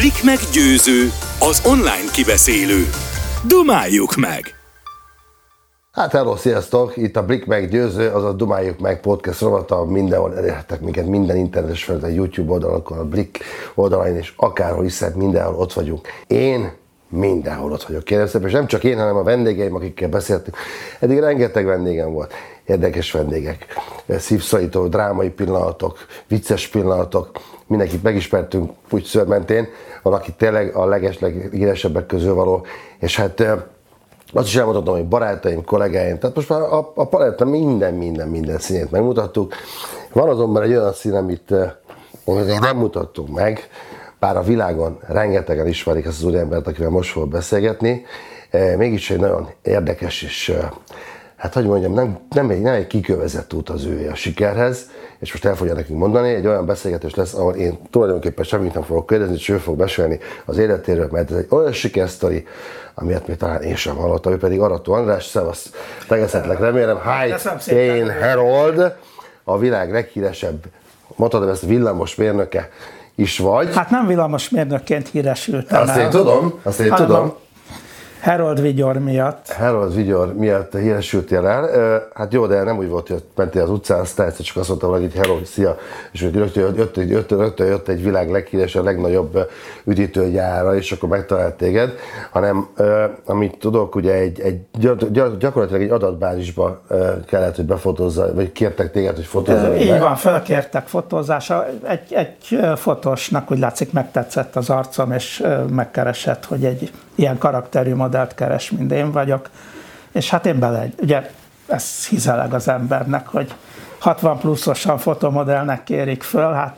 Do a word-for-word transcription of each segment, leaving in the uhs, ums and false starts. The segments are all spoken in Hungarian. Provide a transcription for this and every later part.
Blik meg Győző, az online kibeszélő. Dumáljuk meg! Hát hello, sziasztok! Itt a Blik meg Győző, azaz Dumáljuk meg podcast rovata, mindenhol elérhetek minket, minden internetes felületen, YouTube oldalakon, a Blik oldalain, és akárhol is szed, mindenhol ott vagyunk. Én mindenhol ott vagyok, kérem szépen, és nem csak én, hanem a vendégeim, akikkel beszéltünk. Eddig rengeteg vendégem volt, érdekes vendégek, szívszorító, drámai pillanatok, vicces pillanatok, mindenkit megismertünk úgy szőrmentén, van, aki tényleg a legesleghíresebbek közül való, és hát azt is elmondhatom, hogy barátaim, kollégáim, tehát most már a, a paletta minden, minden, minden színét megmutattuk. Van azonban egy olyan szín, amit, amit nem mutattunk meg, bár a világon rengetegen ismerik ezt az úriembert, akivel most fogok beszélgetni, mégis egy nagyon érdekes és, hát hogy mondjam, nem, nem, egy, nem egy kikövezett út az ő a sikerhez, és most el fogja nekünk mondani, egy olyan beszélgetés lesz, ahol én tulajdonképpen semmit nem fogok kérdezni, és ő fog mesélni az életéről, mert ez egy olyan sikersztori, amilyet még talán én sem hallottam, ő pedig Arató András. Szevasz, tegezhetlek, remélem. Hi, én Harold, a világ leghíresebb, mondhatom ezt, villamos mérnöke is vagy. Hát nem villamosmérnökként híresültem. Azt én tudom, azt én tudom. Harold Vigyor miatt. Harold Vigyor miatt híresültél el. Hát jó, de nem úgy volt, hogy mentél az utcán, aztán egyszer csak azt mondtam, hogy így Harold, szia, és rögtön jött, jött, jött, jött egy világ leghíresebb, legnagyobb üdítőgyára, és akkor megtalált téged, hanem amit tudok, ugye egy, egy gyakorlatilag egy adatbázisba kellett, hogy befotózza, vagy kértek téged, hogy fotózzál. Így van, felkértek fotózása. Egy, egy fotósnak úgy látszik megtetszett az arcom, és megkeresett, hogy egy ilyen karakterű modellt keres, mint én vagyok. És hát én bele, ugye ez hizeleg az embernek, hogy hatvan pluszosan fotomodellnek kérik föl, hát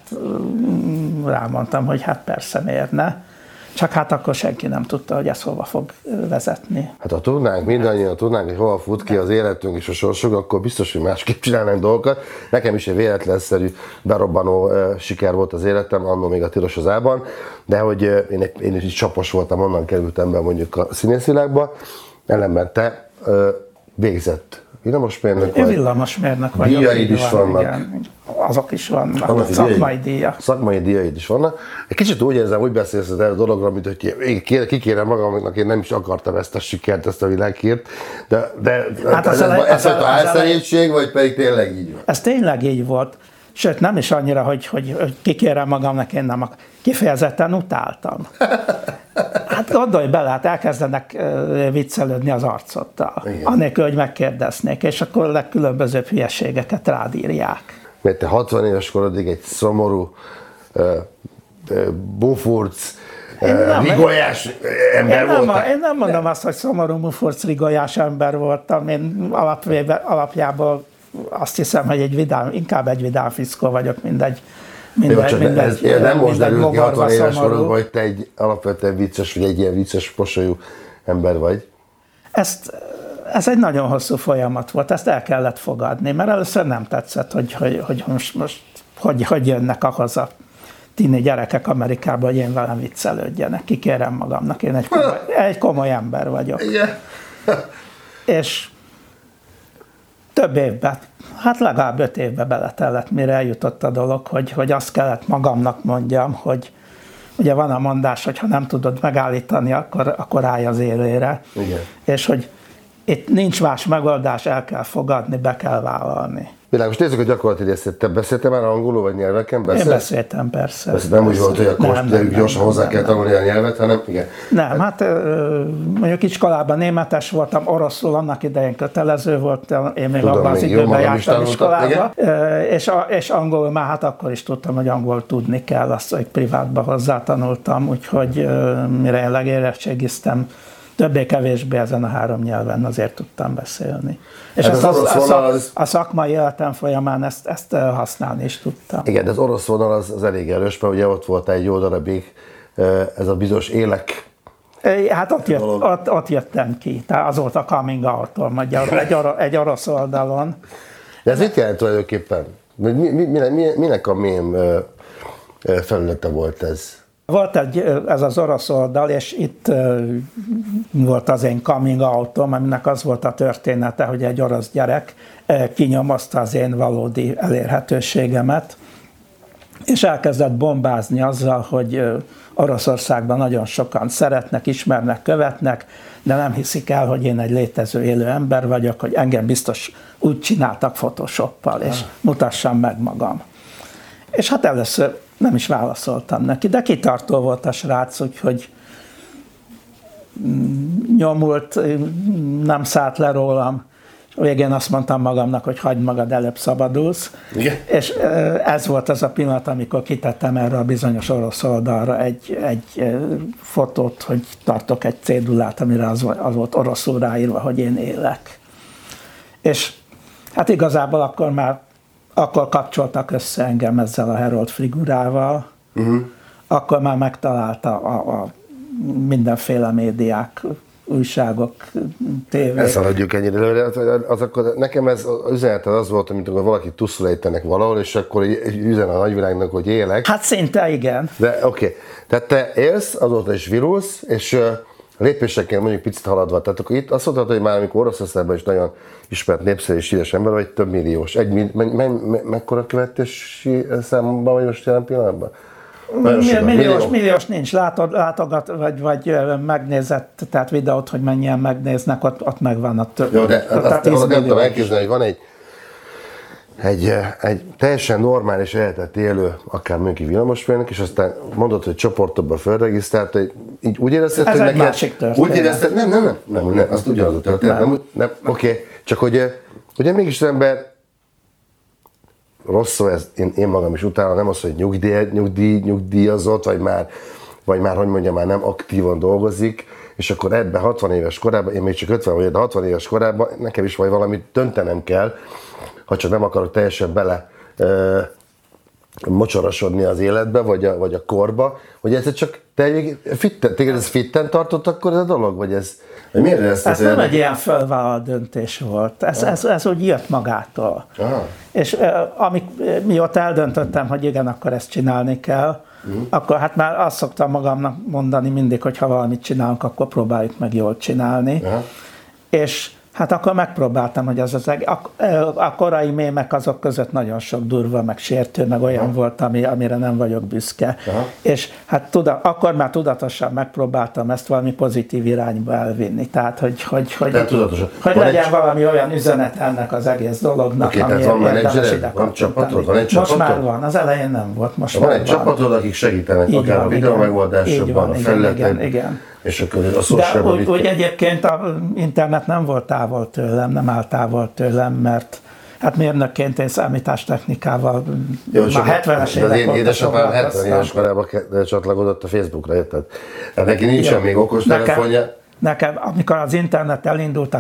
rámondtam, hogy hát persze miért ne. Csak hát akkor senki nem tudta, hogy ez hova fog vezetni. Hát ha tudnánk, mindannyian tudnánk, hogy hova fut ki az életünk és a sorsunk, akkor biztos, hogy másképp csinálnánk dolgokat. Nekem is egy véletlenszerű, berobbanó uh, siker volt az életem, annól még a Tilos az Ában, de hogy uh, én, én is csapos voltam, onnan kerültem be mondjuk a színészvilágba, ellenben te uh, végzett villamosmérnök vagy. Villamosmérnök vagyok. Díjaid is van, vannak. Igen. Azok is vannak, vannak szakmai díjak. Szakmai díjaid is vannak. Egy kicsit úgy érzem, úgy beszélsz el a dologról, mint hogy én kikérem magamnak, én nem is akartam ezt a sikert, ezt a világhírt, de, de hát ez, ez, ez a álszerénység, vagy pedig tényleg így van? Ez tényleg így volt. Sőt, nem is annyira, hogy, hogy, hogy kikérem magamnak, én nem akar. Kifejezetten utáltam. Hát gondolj bele, hát elkezdenek viccelődni az arcodtal. Igen. Annélkül, hogy megkérdeznék, és akkor a legkülönbözőbb hülyeségeket rád írják. Mert te hatvan éves korodig egy szomorú, uh, uh, bufurc, uh, rigolyás ember én nem, voltál. Én nem mondom azt, hogy szomorú, bufurc, rigolyás ember voltam. Én alapjából azt hiszem, hogy egy vidám, inkább egy vidám fiszkó vagyok, mint egy Minden, Jó, minden, ez, minden, nem most derült ki hatvan éves korodban, hogy te egy alapvetően vicces, vagy egy ilyen vicces, posolyú ember vagy? Ezt, ez egy nagyon hosszú folyamat volt, ezt el kellett fogadni, mert először nem tetszett, hogy, hogy, hogy most, most hogy, hogy jönnek ahhoz a tini gyerekek Amerikában, hogy én velem viccelődjenek. Kikérem magamnak, én egy komoly, egy komoly ember vagyok. Igen. És több évben, hát legalább öt évbe beletellett, mire eljutott a dolog, hogy, hogy azt kellett magamnak mondjam, hogy ugye van a mondás, hogy ha nem tudod megállítani, akkor, akkor állj az élére. Igen. És hogy itt nincs más megoldás, el kell fogadni, be kell vállalni. Világos, nézzük a gyakorlati részét. Te beszéltem már angolul vagy nyelveken? Beszél? Én beszéltem, persze. persze nem persze. Úgy volt, hogy akkor nem, most nem, gyorsan nem, hozzá nem, kell nem. tanulni a nyelvet, hanem igen. Nem, hát mondjuk iskolában németes voltam, oroszul annak idején kötelező volt, én még Tudom, abban az időben jártam iskolába, és, és angolul már hát akkor is tudtam, hogy angol tudni kell, azt, hogy privátba hozzátanultam, úgyhogy mire én legérettségiztem, többé-kevésbé ezen a három nyelven azért tudtam beszélni. És hát ezt az az, a, az... a szakmai életem folyamán ezt, ezt használni is tudtam. Igen, de az orosz vonal az, az elég erős, mert ugye ott volt egy jó darabig ez a bizonyos élek. Hát ott, jött, ott, ott jöttem ki, tehát az volt a coming out-om egy, egy, egy orosz oldalon. De ez mit jelent tulajdonképpen? Mi, mi, mi, minek a mém felülete volt ez? Volt egy, ez az orosz oldal, és itt volt az én coming out-om, aminek az volt a története, hogy egy orosz gyerek kinyomozta az én valódi elérhetőségemet, és elkezdett bombázni azzal, hogy Oroszországban nagyon sokan szeretnek, ismernek, követnek, de nem hiszik el, hogy én egy létező élő ember vagyok, hogy engem biztos úgy csináltak Photoshoppal, és ah. mutassam meg magam. És hát először nem is válaszoltam neki, de kitartó volt a srác, úgyhogy nyomult, nem szállt le rólam. Végén azt mondtam magamnak, hogy hagyd magad, előbb szabadulsz. Igen. És ez volt az a pillanat, amikor kitettem erre a bizonyos orosz oldalra egy, egy fotót, hogy tartok egy cédulát, amire az, az volt oroszul ráírva, hogy én élek. És hát igazából akkor már akkor kapcsoltak össze engem ezzel a Herold figurával, uh-huh. akkor már megtalálta a, a mindenféle médiák, újságok, tévék. Ezt haladjuk ennyire előre. Az akkor, nekem ez az üzenet az volt, amikor valaki tuszulejtenek valahol, és akkor üzen a nagyvilágnak, hogy élek. Hát szinte igen. De oké. Okay. Tehát te élsz, azóta is virulsz, és uh, lépésekkel mondjuk picit haladva. Tehát akkor itt azt mondtad, hogy már amikor Oroszországban is nagyon ismert, népszerű és híres ember vagy, több milliós. Egy, me, me, me, mekkora követési számban vagy most jelen pillanatban? Milliós, milliós, milliós nincs, látod, látogat, vagy, vagy megnézett, tehát videót, hogy mennyien megnéznek, ott, ott megvan a több. Jó, de azt nem tudom elképzelni, hogy van egy, egy, egy teljesen normális életet élő, akár mondjuk villamosmérnök, és aztán mondod, hogy csoportokban felregisztrált, hogy így úgy érezted, ez hogy neked... másik történet. Úgy érezted, nem, nem, nem, nem, nem, azt ugyanaz a történet, nem, nem, nem oké, okay. Csak hogy ugye mégis az ember rossz szó, ez, én, én magam is utána, nem az, hogy nyugdíj, nyugdíj, nyugdíjazott, vagy már, vagy már, hogy mondjam, már nem aktívan dolgozik, és akkor ebben hatvan éves korában, én még csak ötven vagy, de hatvan éves korában nekem is vagy valamit döntenem kell, ha csak nem akarok teljesen bele ö, mocsorosodni az életbe, vagy a, vagy a korba, hogy ez csak te fitten, téged ez fitten tartott akkor ez a dolog, vagy ez, vagy miért ezt ez nem egy ilyen felvállalt döntés volt, ez, ah. ez, ez úgy jött magától. Ah. És amik, mióta eldöntöttem, hogy igen, akkor ezt csinálni kell, mm. akkor hát már azt szoktam magamnak mondani mindig, hogy ha valamit csinálunk, akkor próbáljuk meg jól csinálni. Ah. És hát akkor megpróbáltam, hogy az az a, a korai mémek azok között nagyon sok durva, meg sértő, meg olyan Aha. volt, ami, amire nem vagyok büszke. Aha. És hát tuda, akkor már tudatosan megpróbáltam ezt valami pozitív irányba elvinni. Tehát, hogy, hogy, hogy, hogy, hogy legyen egy... valami olyan üzenet ennek az egész dolognak, okay, ami érdemes ide van csapatod, van egy csapatod? Most már van, az elején nem volt. Most van egy csapatod, akik segítenek, így akár van, a videó megoldásokban, a felületen. Igen, igen. És akkor a social de úgy, úgy egyébként az internet nem volt távol tőlem, nem áll távol tőlem, mert hát mérnökként én számítástechnikával jó, már hetvenes évek óta. Az én édesapám hetven éves korában csatlakozott a Facebookra, érted? Hát neki nincsen még okostelefonja. Nekem, amikor az internet elindult a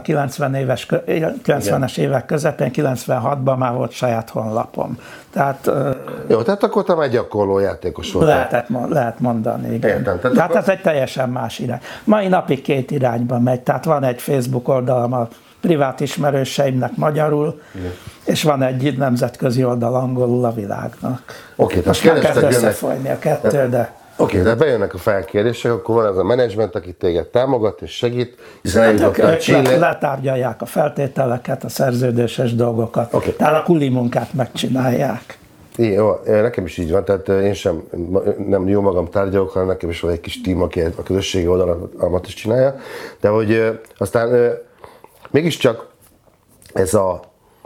kilencvenes évek közepén, kilencvenhatban már volt saját honlapom. Tehát, jó, tehát akkor te már gyakorló játékos voltál. Lehetett, lehet mondani, igen. Értem, tehát tehát akkor... ez egy teljesen más irány. Mai napig két irányba megy, tehát van egy Facebook oldalam a privát ismerőseimnek magyarul, igen. És van egy nemzetközi oldal angolul a világnak. Oké, most már kezd összefolyni a kettő, de... Oké, okay, de bejönnek a felkérések, akkor van ez a menedzsment, aki téged támogat és segít, hiszen hát eljutottál Chile. Letárgyalják a feltételeket, a szerződéses dolgokat, okay. Tehát a kuli munkát megcsinálják. Jó, nekem is így van, tehát én sem nem jó magam tárgyalok, hanem nekem is van egy kis tím, aki a közösségi oldalamat is csinálja, de hogy aztán mégiscsak ez a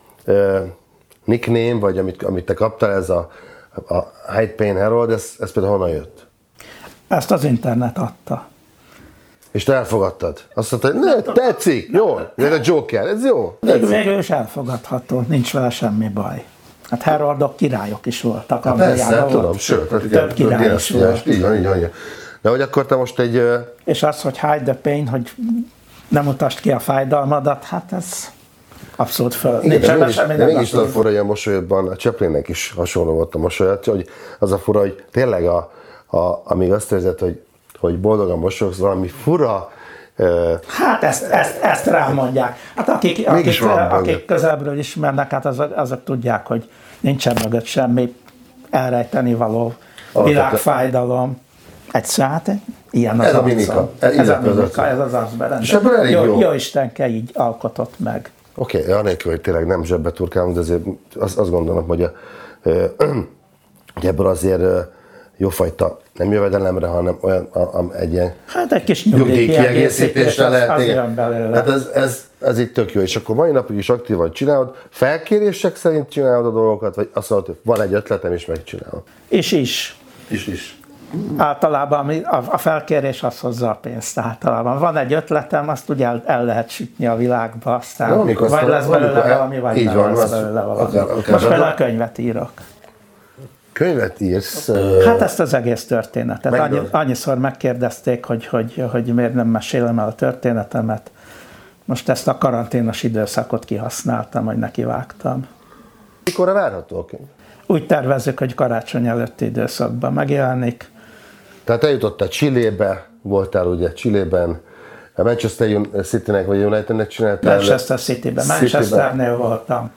nickname, vagy amit, amit te kaptál, ez a, a Hyde Payne Herold, ez, ez például honnan jött? Ezt az internet adta. És te elfogadtad? Azt mondtad, hogy ne, tetszik, jó, ez a Joker, ez jó. Végül is elfogadható, nincs vele semmi baj. Hát Heroldok királyok is voltak. Hát persze, tudom, sőt. Több igen, király is volt. Így van, így van. De hogy akkor te most egy... És az, hogy hide the pain, hogy nem utasd ki a fájdalmadat, hát ez abszolút föl. Igen, de mégis, de mégis az a fura, hogy a mosolyodban, a Chaplinnek is hasonló volt a mosolyod, hogy az a fura, hogy tényleg a, a, amíg azt érzed, hogy, hogy boldogan mosolyogsz, valami fura. Hát ezt, ezt, ezt rámondják. Hát akik, akik, akik közelebbről ismernek, hát azok, azok tudják, hogy nincsen mögött semmi elrejteni való világfájdalom. Egyszer, hát ilyen az ez a mimika. Ez, ez a mimika, ez az arcberend. És ebből elég jó. Jó, jó Istenke így alkotott meg. Oké, okay, anélkül, hogy tényleg nem zsebbe turkálunk, de azért azt, azt gondolom, hogy a, ebből azért jófajta, nem jövedelemre, hanem olyan a, a, egy ilyen hát egy kis nyugdíjkiegészítésre lehet. Az jön belőle. Hát ez, ez, ez itt tök jó, és akkor mai napig is aktívan csinálod, felkérések szerint csinálod a dolgokat, vagy azt mondod, hogy van egy ötletem, és megcsinálod? És is. És is. Általában a felkérés az hozza a pénzt általában. Van egy ötletem, azt ugye el, el lehet sütni a világba, aztán no, vagy aztán, lesz belőle el, valami, vagy nem van, lesz belőle valami. Akár, akár Most például könyvet írok. Könyvet írsz? Hát ezt az egész történetet. Annyi, annyiszor megkérdezték, hogy, hogy, hogy miért nem mesélem el a történetemet. Most ezt a karanténos időszakot kihasználtam, hogy nekivágtam. Mikorra várható a könyv? Úgy tervezzük, hogy karácsony előtti időszakban megjelenik. Tehát eljutottál Chilébe, voltál ugye Chilében, a Manchester City-nek vagy Unitednek csináltál? Manchester City-ben, Manchesternél voltam.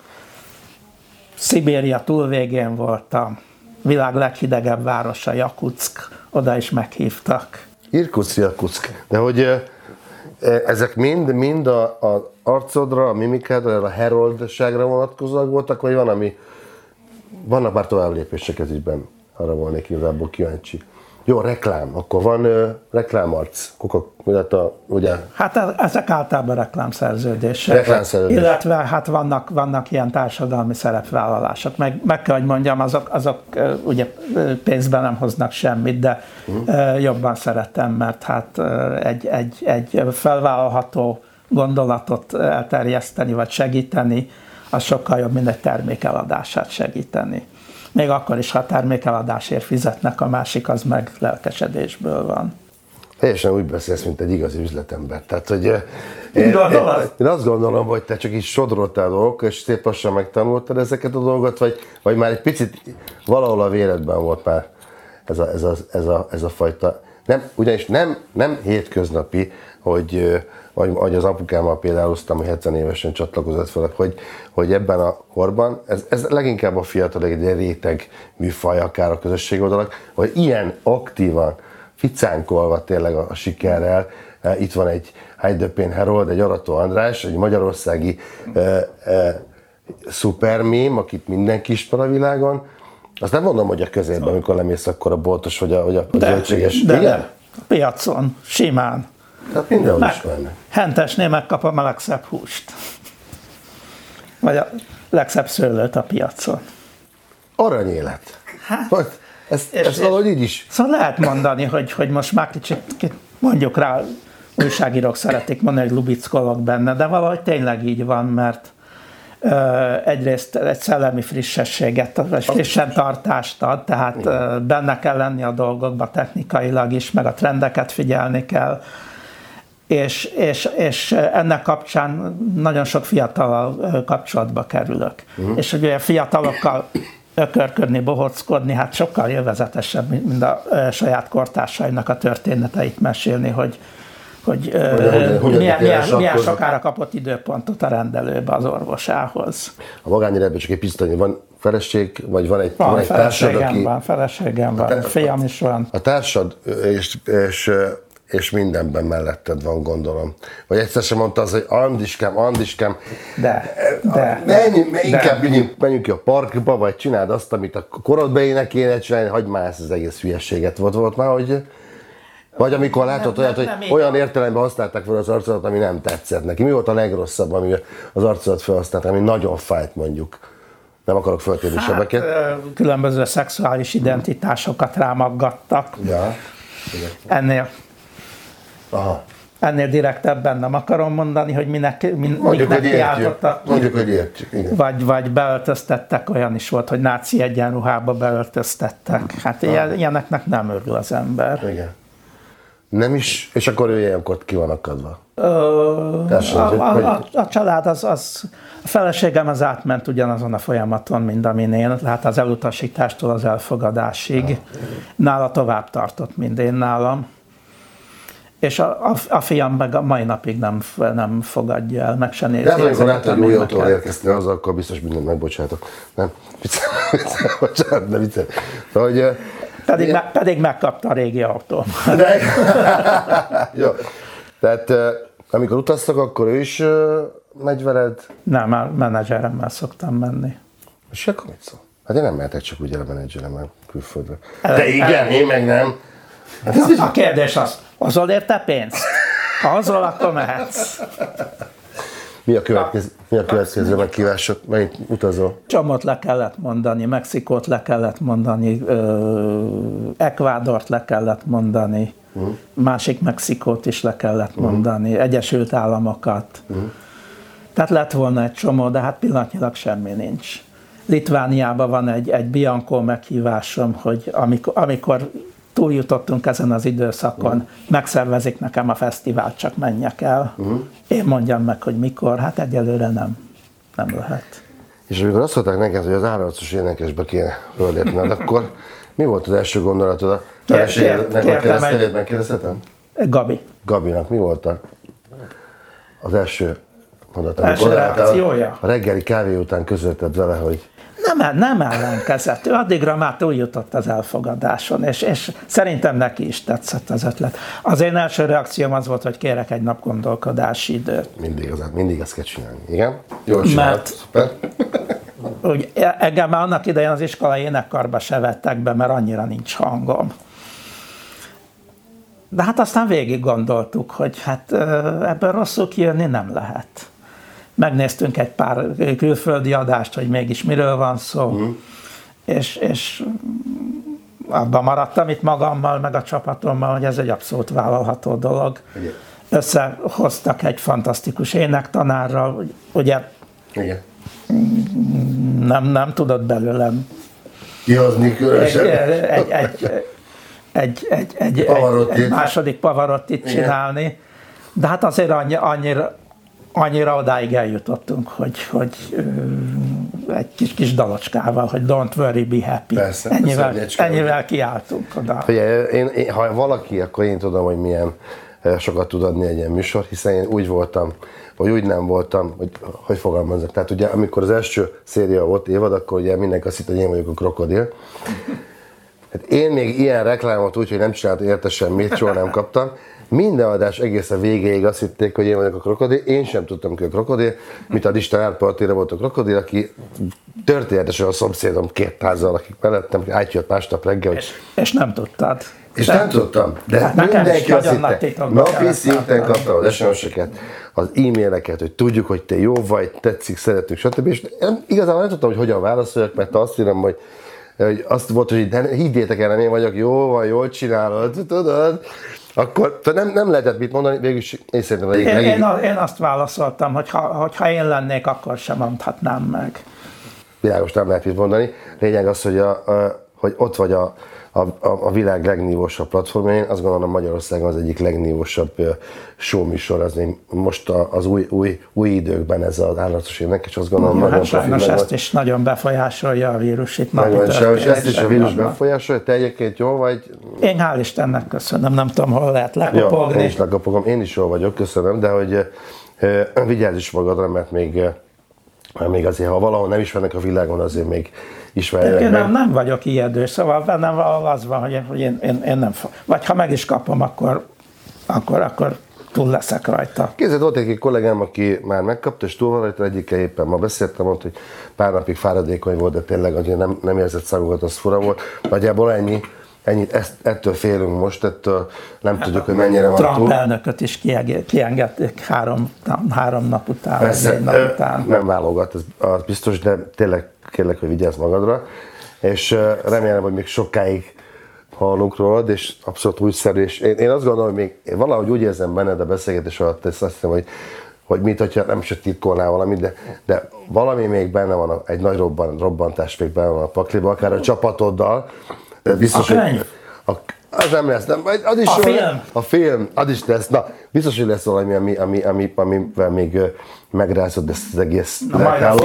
Szibéria túlvégén voltam. Világ leghidegebb városa, Jakutszk, oda is meghívtak. Irkutszk, Jakutszk. De hogy ezek mind, mind a, a arcodra, a mimikádra, a heroldságra vonatkozóak voltak, vagy van, ami vannak már tovább lépések ez ügyben? Arra volnék igazából kíváncsi. Jó, reklám. Akkor van uh, reklámarc. Coca, ugye? Hát ezek általában reklámszerződések. Reklámszerződés. Illetve hát vannak, vannak ilyen társadalmi szerepvállalások. Meg, meg kell, hogy mondjam, azok, azok uh, ugye pénzben nem hoznak semmit, de uh, jobban szeretem, mert hát uh, egy, egy, egy felvállalható gondolatot elterjeszteni, vagy segíteni, az sokkal jobb, mint egy termék eladását segíteni. Még akkor is, ha a termékeladásért fizetnek, a másik az meg lelkesedésből van. Teljesen úgy beszélsz, mint egy igazi üzletember. Tehát, hogy én, én, én azt gondolom, hogy te csak így sodrottál dolgok, és szép lassan megtanultad ezeket a dolgokat, vagy, vagy már egy picit valahol a véredben volt már ez a, ez a, ez a, ez a fajta. Nem, ugyanis nem, nem hétköznapi, hogy ahogy az apukámmal például hoztam, hogy hetven évesen csatlakozott fel, hogy, hogy ebben a korban, ez, ez leginkább a fiatal, egy réteg műfaj, akár a közösség oldalak, hogy ilyen aktívan, ficánkolva tényleg a, a sikerrel, itt van egy Heidelberg Herold, egy Arató András, egy magyarországi e, e, szupermém, akit mindenki ismer a világon. Azt nem mondom, hogy a közében, amikor lemész, akkor a boltos, vagy a, vagy a zöldséges. De, de, a piacon, simán. Tehát mindenhol ismernek. Hentesnél megkapom a legszebb húst. Vagy a legszebb szőlőt a piacon. Aranyélet. Hát, ezt, és, ezt valahogy így is. Szóval lehet mondani, hogy, hogy most már kicsit mondjuk rá, újságírók szeretik mondani, hogy lubickolok benne, de valahogy tényleg így van, mert uh, egyrészt egy szellemi frissességet, vagy frissen tartást ad, tehát uh, benne kell lenni a dolgokba technikailag is, meg a trendeket figyelni kell. És, és, és ennek kapcsán nagyon sok fiatallal kapcsolatba kerülök. Uh-huh. És hogy olyan fiatalokkal ökörködni, bohockodni, hát sokkal élvezetesebb, mint a saját kortársainak a történeteit mesélni, hogy, hogy hogyan, hogyan, milyen, milyen, milyen sokára kapott időpontot a rendelőbe az orvosához. A magányéletben csak egy picit, van feleség, vagy van egy, van, van egy társad, aki... Van, feleségem van, a fiam is van. A társad és, és és mindenben melletted van, gondolom. Vagy egyszer sem mondta az, hogy Andiskám, Andiskám, de, de, menjünk, de, inkább menjünk, menjünk ki a parkba, vagy csináld azt, amit a korodbélynek kéne csinálni, hagyd már ezt az egész hülyeséget. Volt, volt már, hogy... Vagy amikor látod olyat, hogy olyan értelemben használták fel az arcodat, ami nem tetszett neki. Mi volt a legrosszabb, ami az arcodat felhasználták, ami nagyon fájt, mondjuk? Nem akarok föltérni hát, sebeket. Különböző szexuális identitásokat rámaggattak. Ja. Ennél Aha. Ennél direktebben nem akarom mondani, hogy minek, min, mondjuk, miknek kiáltottak. Mondjuk, hogy értjük. Igen. Vagy, vagy beöltöztettek, olyan is volt, hogy náci egyenruhába beöltöztettek. Hát ilyen, ilyeneknek nem örül az ember. Igen. Nem is, és akkor ő ilyenkor ki van akadva? Ö, a, a, a, a család, az, az, a feleségem az átment ugyanazon a folyamaton, mint amin én, hát az elutasítástól az elfogadásig. Ah. Nála tovább tartott, mint én nálam. És a, a, a fiam meg a mai napig nem, nem fogadja el, meg se nézi. De amikor látod, hogy új autóval érkezni, az akkor biztos mindent megbocsátok. Nem? Bocsánat, de viccelj. Hogy, pedig, ilyen... me, pedig megkapta a régi autóm. De... Jó. Tehát amikor utaztak, akkor ő is megy veled? Nem, már menedzseremmel szoktam menni. És akkor mit szól? Hát én nem mehetek csak úgy elmenedzselemmel külföldre. De igen, én meg nem. Hát a kérdés az, azol érte pénzt? Ha azol, akkor mehetsz. Mi a következő, mi a következő megkívásod? Melyik utazol? Csomót le kellett mondani, Mexikót le kellett mondani, Ekvádort le kellett mondani, uh-huh. másik Mexikót is le kellett mondani, uh-huh. Egyesült Államokat. Uh-huh. Tehát lett volna egy csomó, de hát pillanatnyilag semmi nincs. Litvániában van egy, egy Bianco meghívásom, hogy amikor, amikor túljutottunk ezen az időszakon, uh-huh. megszervezik nekem a fesztivált, csak menjek el. Uh-huh. Én mondjam meg, hogy mikor, hát egyelőre nem, nem lehet. És amikor azt mondták neked, hogy az Állarcos énekesbe kéne fölépned, akkor mi volt az első gondolatod? A feleségednek megkérdezhetem? Gabi. Gabinak mi volt a, az első mondat? Első reakciója? A reggeli kávé után közölted vele, hogy Nem, nem ellenkezett. Ő addigra már túljutott az elfogadáson, és, és szerintem neki is tetszett az ötlet. Az én első reakcióm az volt, hogy kérek egy nap gondolkodási időt. Mindig, az, mindig ezt kell csinálni, igen? Jól csinált. Mert úgy, engem már annak idején az iskolai énekkarba se vettek be, mert annyira nincs hangom. De hát aztán végig gondoltuk, hogy hát ebből rosszul kijönni nem lehet. Megnéztünk egy pár külföldi adást, hogy mégis miről van szó, mm. és, és abban maradtam itt magammal, meg a csapatommal, hogy ez egy abszolút vállalható dolog. Igen. Összehoztak egy fantasztikus énektanárral, ugye Igen. Nem, nem tudott belőlem kihozni különösen. Egy, egy, egy, egy, egy, egy, egy második Pavarottit csinálni, de hát azért annyi, annyira, annyira odáig eljutottunk, hogy, hogy uh, egy kis, kis dalocskával, hogy don't worry, be happy. Persze, ennyivel, persze, ennyivel kiálltunk oda. Ugye, én, én, ha valaki, akkor én tudom, hogy milyen sokat tud adni egy ilyen műsor, hiszen én úgy voltam, vagy úgy nem voltam, hogy, hogy fogalmazok. Tehát ugye, amikor az első széria volt évad, akkor ugye mindenki azt hitt, hogy én vagyok a krokodil. Hát én még ilyen reklámot úgy, hogy nem csináltam érte semmit, soha nem kaptam. Minden adás egészen végéig azt hitték, hogy én vagyok a krokodil. Én sem tudtam, hogy a krokodil, mint a Isten Árpartira volt a krokodil, aki történetesen a szomszédom két házzal, akik mellettem, átjött másnap reggel. És, és nem tudtad. És nem, nem tudtam, de hát mindenki azt hitte, napi szinten kaptam az es em es-eket, az e-maileket, hogy tudjuk, hogy te jó vagy, tetszik, szeretünk, stb. És igazából nem tudtam, hogy hogyan válaszoljak, mert azt írom, hogy, hogy azt volt, hogy higgyétek el, nem én vagyok, jó van, jól csinálod, tudod? Akkor nem, nem lehetett mit mondani, végülis én szerintem... Én, legig... én, én azt válaszoltam, hogy ha, hogyha én lennék, akkor sem mondhatnám meg. Világos, nem lehet mit mondani. Lényeg az, hogy, a, a, hogy ott vagy a A, a, a világ legnívósabb platformjain, azt gondolom Magyarországon az egyik legnívósabb show műsor, az még most az új, új, új időkben ez az Állarcos ének, és azt gondolom ja, nagyon hát sajnos ezt vagy. Is nagyon befolyásolja a vírus itt napi történet. Ezt is a vírus befolyásolja, te egyébként jó vagy? Én hál' Istennek köszönöm, nem tudom, hol lehet lekopogni. Ja, én is lekopogom, én is jól vagyok, köszönöm, de hogy uh, vigyázz is magadra, mert még, uh, még azért, ha valahol nem ismernek a világon, azért még ismerjenek én meg. Nem, nem vagyok ijedő, szóval bennem az van, hogy én, hogy én, én, én nem fog. Vagy ha meg is kapom, akkor, akkor, akkor túl leszek rajta. Képzeld, volt egy kollégám, aki már megkapta, és túl van rajta, egyikkel éppen ma beszéltem, mondta, hogy pár napig fáradékony volt, de tényleg azért nem, nem érzett szagokat, az fura volt. Nagyjából ennyi, ennyit, ezt, ettől félünk most, ettől nem hát tudjuk, hogy mennyire van Trump túl. Trump elnököt is kiengedték három, három nap után, Persze, négy nap után. Nem válogat, ez az biztos, de tényleg kérlek, hogy vigyázz magadra, és remélem, hogy még sokáig hallunk rólad, és abszolút újszerű, és én, én azt gondolom, hogy még én valahogy úgy érzem benned a beszélgetés alatt, ezt azt hiszem, hogy, hogy mint hogyha nem is titkolnál valamit, de, de valami még benne van, egy nagy robban, robbantás még benne van a pakliba, akár a csapatoddal. De biztos, a könyv? Hogy, a, az nem lesz, nem, az is a jó, film? A film, az is lesz, na, biztos, hogy lesz valami, ami, ami, ami, amivel még megrázod ezt az egész lelkállót.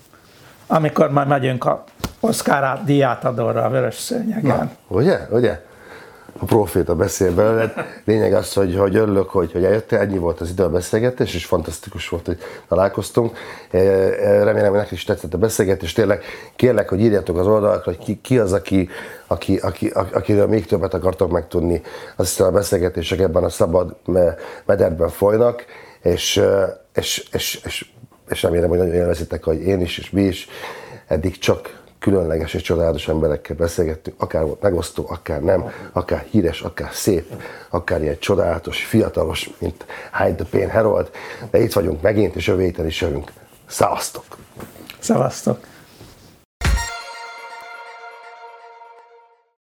Amikor majd megyünk a Oscar díjátadóra a Vörös Szőnyegen. Na, ugye? Ugye? A proféta beszél belőled. Lényeg az, hogy, hogy örülök, hogy, hogy eljöttél, ennyi volt az idő a beszélgetés, és fantasztikus volt, hogy találkoztunk. Remélem, hogy nekik is tetszett a beszélgetés. Tényleg kérlek, hogy írjátok az oldalakra, hogy ki, ki az, aki, aki, aki, akiről még többet akartok megtudni. Azt hiszem, a beszélgetések ebben a szabad mederben folynak, és, és, és, és, és remélem, hogy nagyon élvezitek, hogy én is, és mi is. Eddig csak különleges és csodálatos emberekkel beszélgettünk, akár volt megosztó, akár nem, akár híres, akár szép, akár ilyen csodálatos, fiatalos, mint Hide the Pain Harold, de itt vagyunk megint, és jövő héten is jövünk. Szevasztok! Szevasztok!